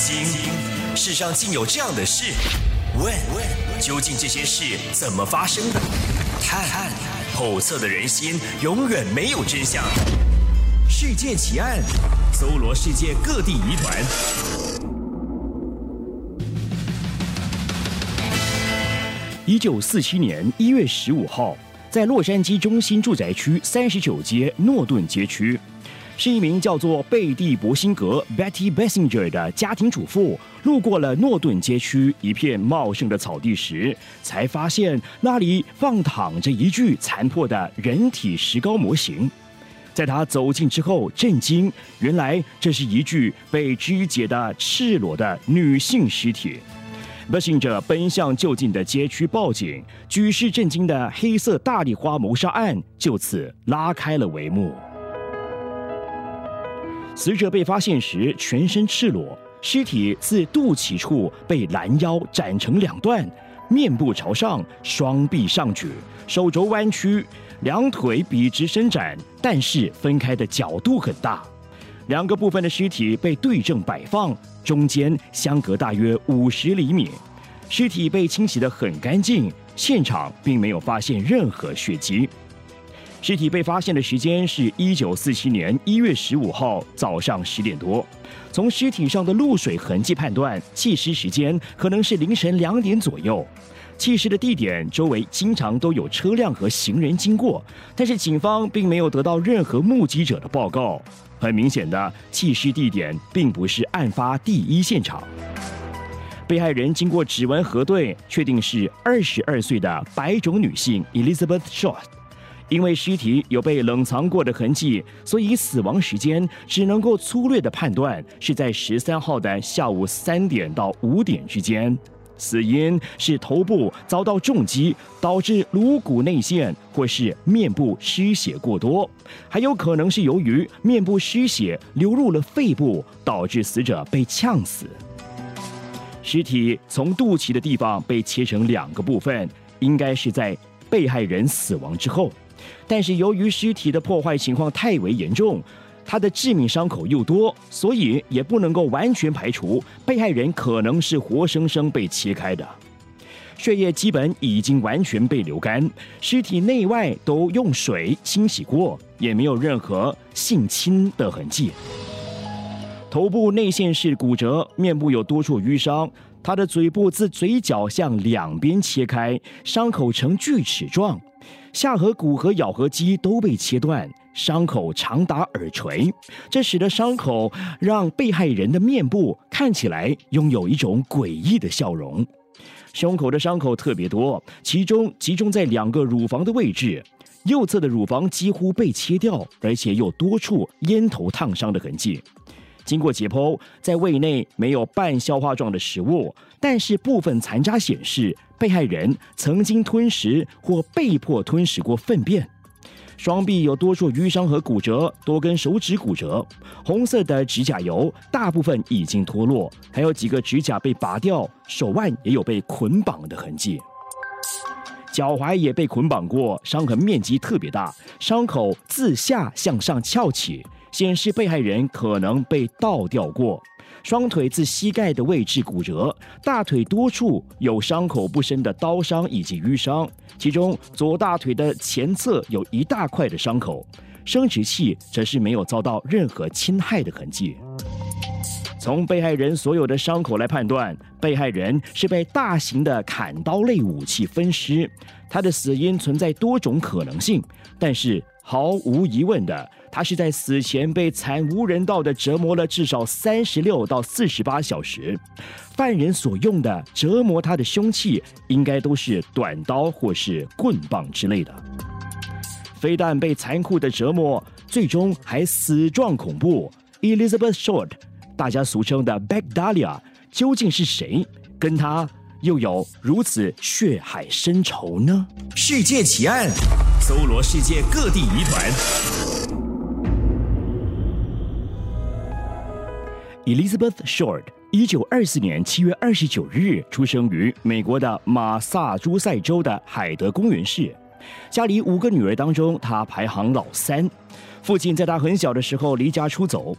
惊，世上竟有这样的事？问，究竟这些事怎么发生的？探，后测的人心永远没有真相。世界奇案，搜罗世界各地疑团。 1947年1月15号，在洛杉矶中心住宅区39街诺顿街区，是一名叫做贝蒂·伯辛格 （Betty Bessinger） 的家庭主妇，路过了诺顿街区一片茂盛的草地时，才发现那里放躺着一具残破的人体石膏模型。在他走近之后，震惊，原来这是一具被肢解的赤裸的女性尸体。Bessinger 奔向就近的街区报警，举世震惊的黑色大丽花谋杀案就此拉开了帷幕。死者被发现时全身赤裸，尸体自肚脐处被拦腰斩成2段，面部朝上，双臂上举，手肘弯曲，两腿笔直伸展，但是分开的角度很大。2个部分的尸体被对正摆放，中间相隔大约50厘米。尸体被清洗得很干净，现场并没有发现任何血迹。尸体被发现的时间是1947年1月15号早上10点多。从尸体上的露水痕迹判断，弃尸时间可能是凌晨2点左右。弃尸的地点周围经常都有车辆和行人经过，但是警方并没有得到任何目击者的报告。很明显的，弃尸地点并不是案发第一现场。被害人经过指纹核对，确定是22岁的白种女性 Elizabeth Short。因为尸体有被冷藏过的痕迹，所以死亡时间只能够粗略的判断是在13号的下午3点到5点之间。死因是头部遭到重击，导致颅骨内陷，或是面部失血过多，还有可能是由于面部失血流入了肺部，导致死者被呛死。尸体从肚脐的地方被切成2个部分，应该是在被害人死亡之后。但是由于尸体的破坏情况太为严重，他的致命伤口又多，所以也不能够完全排除被害人可能是活生生被切开的。血液基本已经完全被流干，尸体内外都用水清洗过，也没有任何性侵的痕迹。头部内陷式骨折，面部有多处淤伤，他的嘴部自嘴角向2边切开，伤口呈锯齿状。下颌骨和咬合肌都被切断，伤口长达耳垂，这使得伤口让被害人的面部看起来拥有一种诡异的笑容。胸口的伤口特别多，其中集中在2个乳房的位置，右侧的乳房几乎被切掉，而且有多处烟头烫伤的痕迹。经过解剖，在胃内没有半消化状的食物，但是部分残渣显示被害人曾经吞食或被迫吞食过粪便。双臂有多处淤伤和骨折，多根手指骨折，红色的指甲油大部分已经脱落，还有几个指甲被拔掉，手腕也有被捆绑的痕迹。脚踝也被捆绑过，伤痕面积特别大，伤口自下向上翘起，显示被害人可能被倒吊过。双腿自膝盖的位置骨折，大腿多处有伤口不深的刀伤以及淤伤，其中左大腿的前侧有一大块的伤口，生殖器则是没有遭到任何侵害的痕迹。从被害人所有的伤口来判断，被害人是被大型的砍刀类武器分尸。他的死因存在多种可能性，但是毫无疑问的，他是在死前被惨无人道的折磨了至少36到48小时。犯人所用的折磨他的凶器应该都是短刀或是棍棒之类的。非但被残酷的折磨，最终还死状恐怖。Elizabeth Short， 大家俗称的 Black Dahlia， 究竟是谁？跟他又有如此血海深仇呢？ 世界奇案，搜罗世界各地疑团。 Elizabeth Short 1924年7月29日出生于美国的马萨诸塞州的海德公园市。家里5个女儿当中，她排行老3。父亲在她很小的时候离家出走。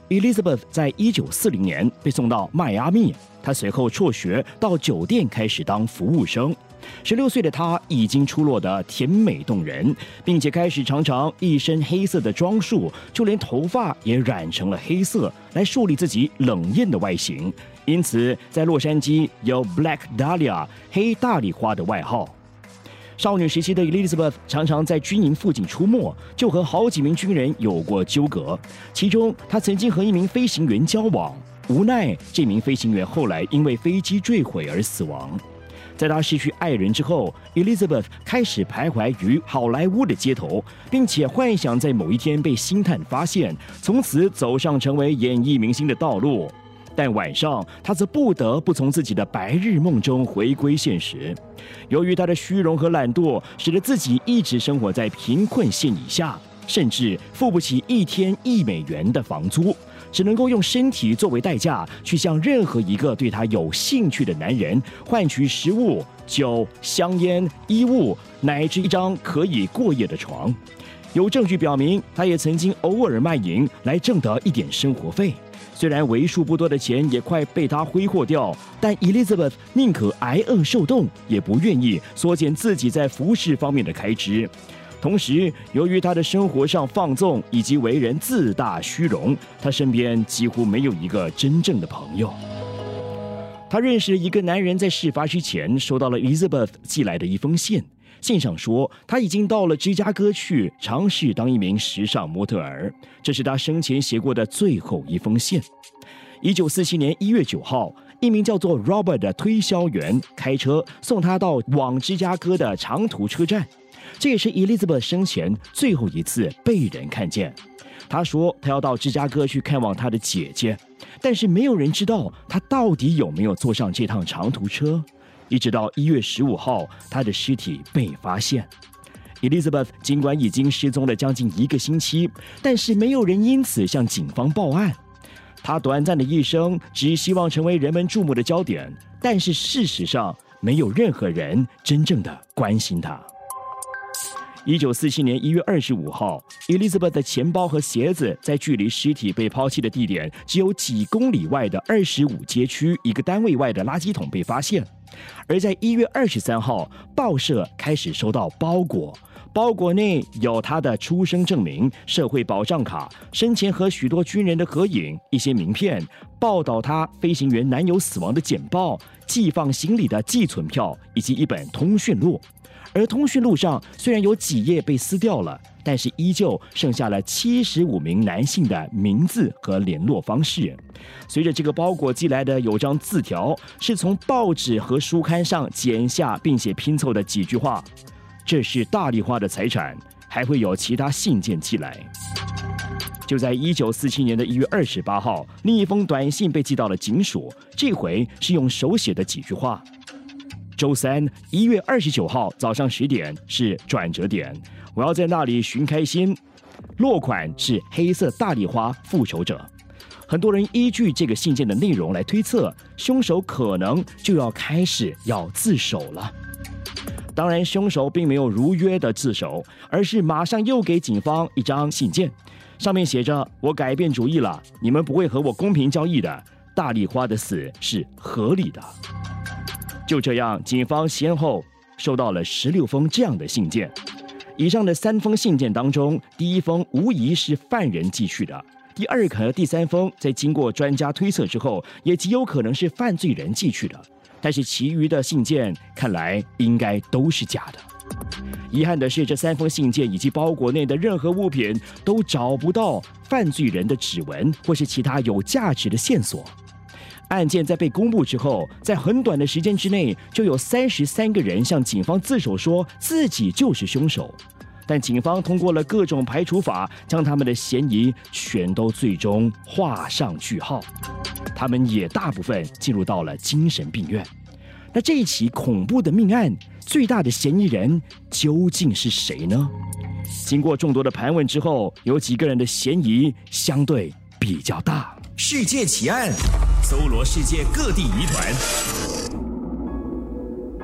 Elizabeth 在1940年被送到迈阿密，她随后辍学到酒店开始当服务生。16岁的她已经出落得甜美动人，并且开始常常一身黑色的装束，就连头发也染成了黑色，来树立自己冷艳的外形。因此，在洛杉矶有 Black Dahlia 黑大丽花的外号。少女时期的 Elizabeth 常常在军营附近出没，就和好几名军人有过纠葛。其中，她曾经和一名飞行员交往，无奈这名飞行员后来因为飞机坠毁而死亡。在她失去爱人之后 ，Elizabeth 开始徘徊于好莱坞的街头，并且幻想在某一天被星探发现，从此走上成为演艺明星的道路。但晚上，他则不得不从自己的白日梦中回归现实。由于他的虚荣和懒惰，使得自己一直生活在贫困线以下，甚至付不起1天1美元的房租，只能够用身体作为代价，去向任何一个对他有兴趣的男人换取食物、酒、香烟、衣物，乃至一张可以过夜的床。有证据表明，他也曾经偶尔卖淫来挣得一点生活费。虽然为数不多的钱也快被他挥霍掉，但 Elizabeth 宁可挨饿受冻，也不愿意缩减自己在服饰方面的开支。同时，由于他的生活上放纵以及为人自大虚荣，他身边几乎没有一个真正的朋友。他认识一个男人，在事发之前收到了 Elizabeth 寄来的一封信。信上说，他已经到了芝加哥去尝试当一名时尚模特儿，这是他生前写过的最后一封信。1947年1月9号，一名叫做 Robert 的推销员开车送他到往芝加哥的长途车站，这也是 Elizabeth 生前最后一次被人看见。他说他要到芝加哥去看望他的姐姐，但是没有人知道他到底有没有坐上这趟长途车。一直到1月15号，他的尸体被发现。Elizabeth 尽管已经失踪了将近1个星期，但是没有人因此向警方报案。他短暂的一生只希望成为人们注目的焦点，但是事实上没有任何人真正的关心他。1947年1月25号 ，Elizabeth 的钱包和鞋子在距离尸体被抛弃的地点只有几公里外的25街区一个单位外的垃圾桶被发现。而在1月23号，报社开始收到包裹，包裹内有他的出生证明、社会保障卡、生前和许多军人的合影、一些名片、报道他飞行员男友死亡的简报、寄放行李的寄存票以及一本通讯录。而通讯录上虽然有几页被撕掉了，但是依旧剩下了75名男性的名字和联络方式。随着这个包裹寄来的有张字条，是从报纸和书刊上剪下并且拼凑的几句话：这是大丽花的财产，还会有其他信件寄来。就在1947年的1月28号，另一封短信被寄到了警署，这回是用手写的几句话。周三1月29号早上10点是转折点，我要在那里寻开心。落款是黑色大丽花复仇者。很多人依据这个信件的内容来推测，凶手可能就要开始要自首了。当然，凶手并没有如约的自首，而是马上又给警方一张信件，上面写着：我改变主意了，你们不会和我公平交易的，大丽花的死是合理的。就这样，警方先后收到了16封这样的信件。以上的3封信件当中，第一封无疑是犯人寄去的，第2和第3封在经过专家推测之后，也极有可能是犯罪人寄去的。但是其余的信件看来应该都是假的。遗憾的是，这3封信件以及包裹内的任何物品都找不到犯罪人的指纹或是其他有价值的线索。案件在被公布之后，在很短的时间之内，就有33个人向警方自首，说自己就是凶手。但警方通过了各种排除法，将他们的嫌疑全都最终画上句号。他们也大部分进入到了精神病院。那这一起恐怖的命案，最大的嫌疑人究竟是谁呢？经过众多的盘问之后，有几个人的嫌疑相对比较大。 世界奇案，搜罗世界各地疑团。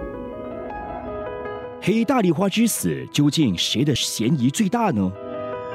黑大丽花之死，究竟谁的嫌疑最大呢？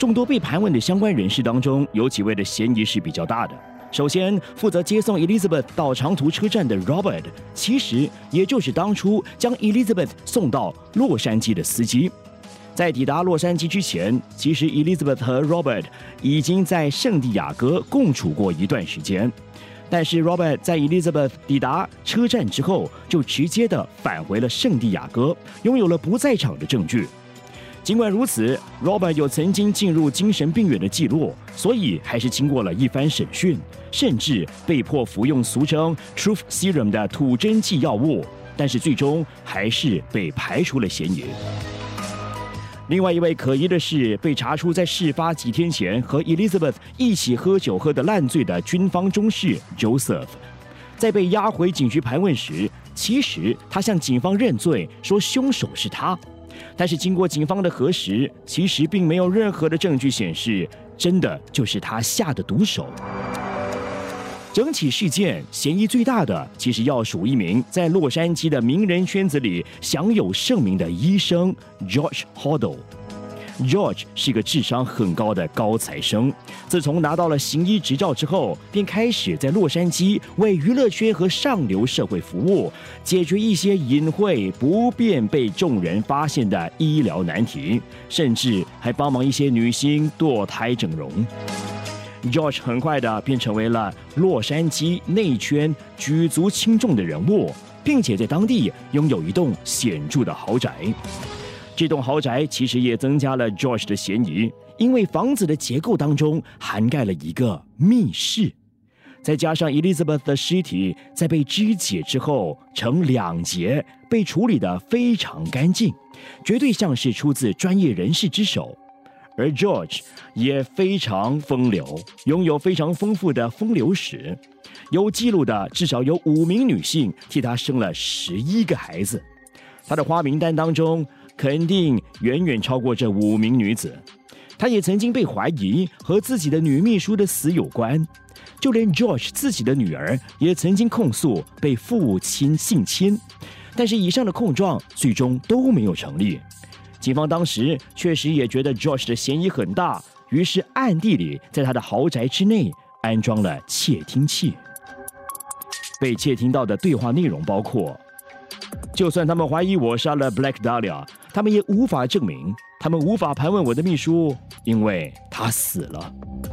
众多被盘问的相关人士当中，有几位的嫌疑是比较大的。首先，负责接送 Elizabeth 到长途车站的 Robert， 其实也就是当初将 Elizabeth 送到洛杉矶的司机。在抵达洛杉矶之前，其实 Elizabeth 和 Robert 已经在圣地亚哥共处过一段时间。但是 Robert 在 Elizabeth 抵达车站之后，就直接的返回了圣地亚哥，拥有了不在场的证据。尽管如此 ，Robert 有曾经进入精神病院的记录，所以还是经过了一番审讯，甚至被迫服用俗称 Truth Serum 的土针剂药物，但是最终还是被排除了嫌疑。另外一位可疑的是，被查出在事发几天前和 Elizabeth 一起喝酒喝得烂醉的军方中士 Joseph， 在被押回警局盘问时，其实他向警方认罪，说凶手是他。但是经过警方的核实，其实并没有任何的证据显示，真的就是他下的毒手。整起事件嫌疑最大的，其实要数一名在洛杉矶的名人圈子里享有盛名的医生 George Hoddle。George 是一个智商很高的高材生，自从拿到了行医执照之后，便开始在洛杉矶为娱乐圈和上流社会服务，解决一些隐晦不便被众人发现的医疗难题，甚至还帮忙一些女星堕胎整容。George 很快的便成为了洛杉矶内圈举足轻重的人物，并且在当地拥有一栋显著的豪宅。这栋豪宅其实也增加了 George 的嫌疑，因为房子的结构当中涵盖了一个密室，再加上 Elizabeth 的尸体在被肢解之后成2截，被处理得非常干净，绝对像是出自专业人士之手。而 George 也非常风流，拥有非常丰富的风流史，有记录的至少有5名女性替他生了11个孩子。他的花名单当中肯定远远超过这5名女子。他也曾经被怀疑和自己的女秘书的死有关，就连 George 自己的女儿也曾经控诉被父亲性侵，但是以上的控状最终都没有成立。警方当时确实也觉得 George 的嫌疑很大，于是暗地里在他的豪宅之内安装了窃听器。被窃听到的对话内容包括：就算他们怀疑我杀了 Black Dahlia， 他们也无法证明，他们无法盘问我的秘书，因为他死了。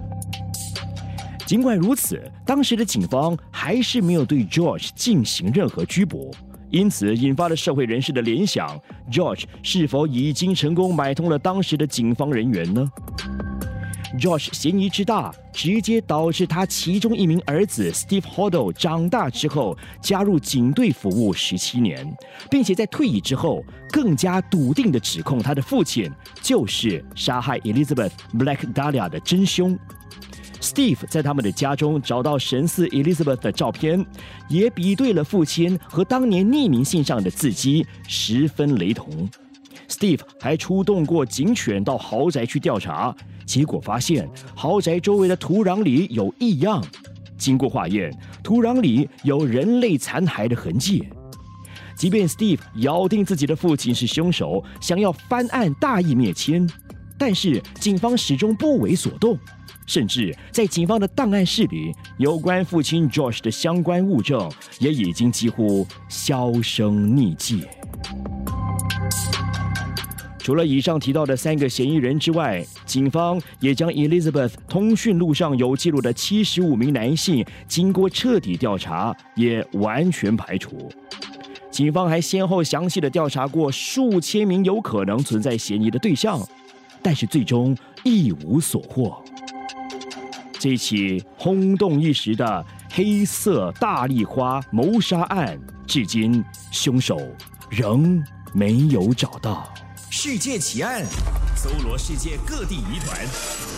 尽管如此，当时的警方还是没有对 George 进行任何拘捕。因此引发了社会人士的联想 ，George 是否已经成功买通了当时的警方人员呢？ George 嫌疑之大，直接导致他其中一名儿子 Steve Hoddle 长大之后加入警队服务17年，并且在退役之后更加笃定地指控他的父亲就是杀害 Elizabeth Black Dahlia 的真凶。Steve 在他们的家中找到神似 Elizabeth 的照片，也比对了父亲和当年匿名信上的字迹，十分雷同。Steve 还出动过警犬到豪宅去调查，结果发现豪宅周围的土壤里有异样。经过化验，土壤里有人类残骸的痕迹。即便 Steve 咬定自己的父亲是凶手，想要翻案大义灭亲，但是警方始终不为所动。甚至在警方的档案室里，有关父亲 George 的相关物证也已经几乎销声匿迹。除了以上提到的3个嫌疑人之外，警方也将 Elizabeth 通讯录上有记录的75名男性经过彻底调查，也完全排除。警方还先后详细的调查过数千名有可能存在嫌疑的对象，但是最终一无所获。这起轰动一时的黑色大丽花谋杀案，至今凶手仍没有找到。 世界奇案，搜罗世界各地疑团，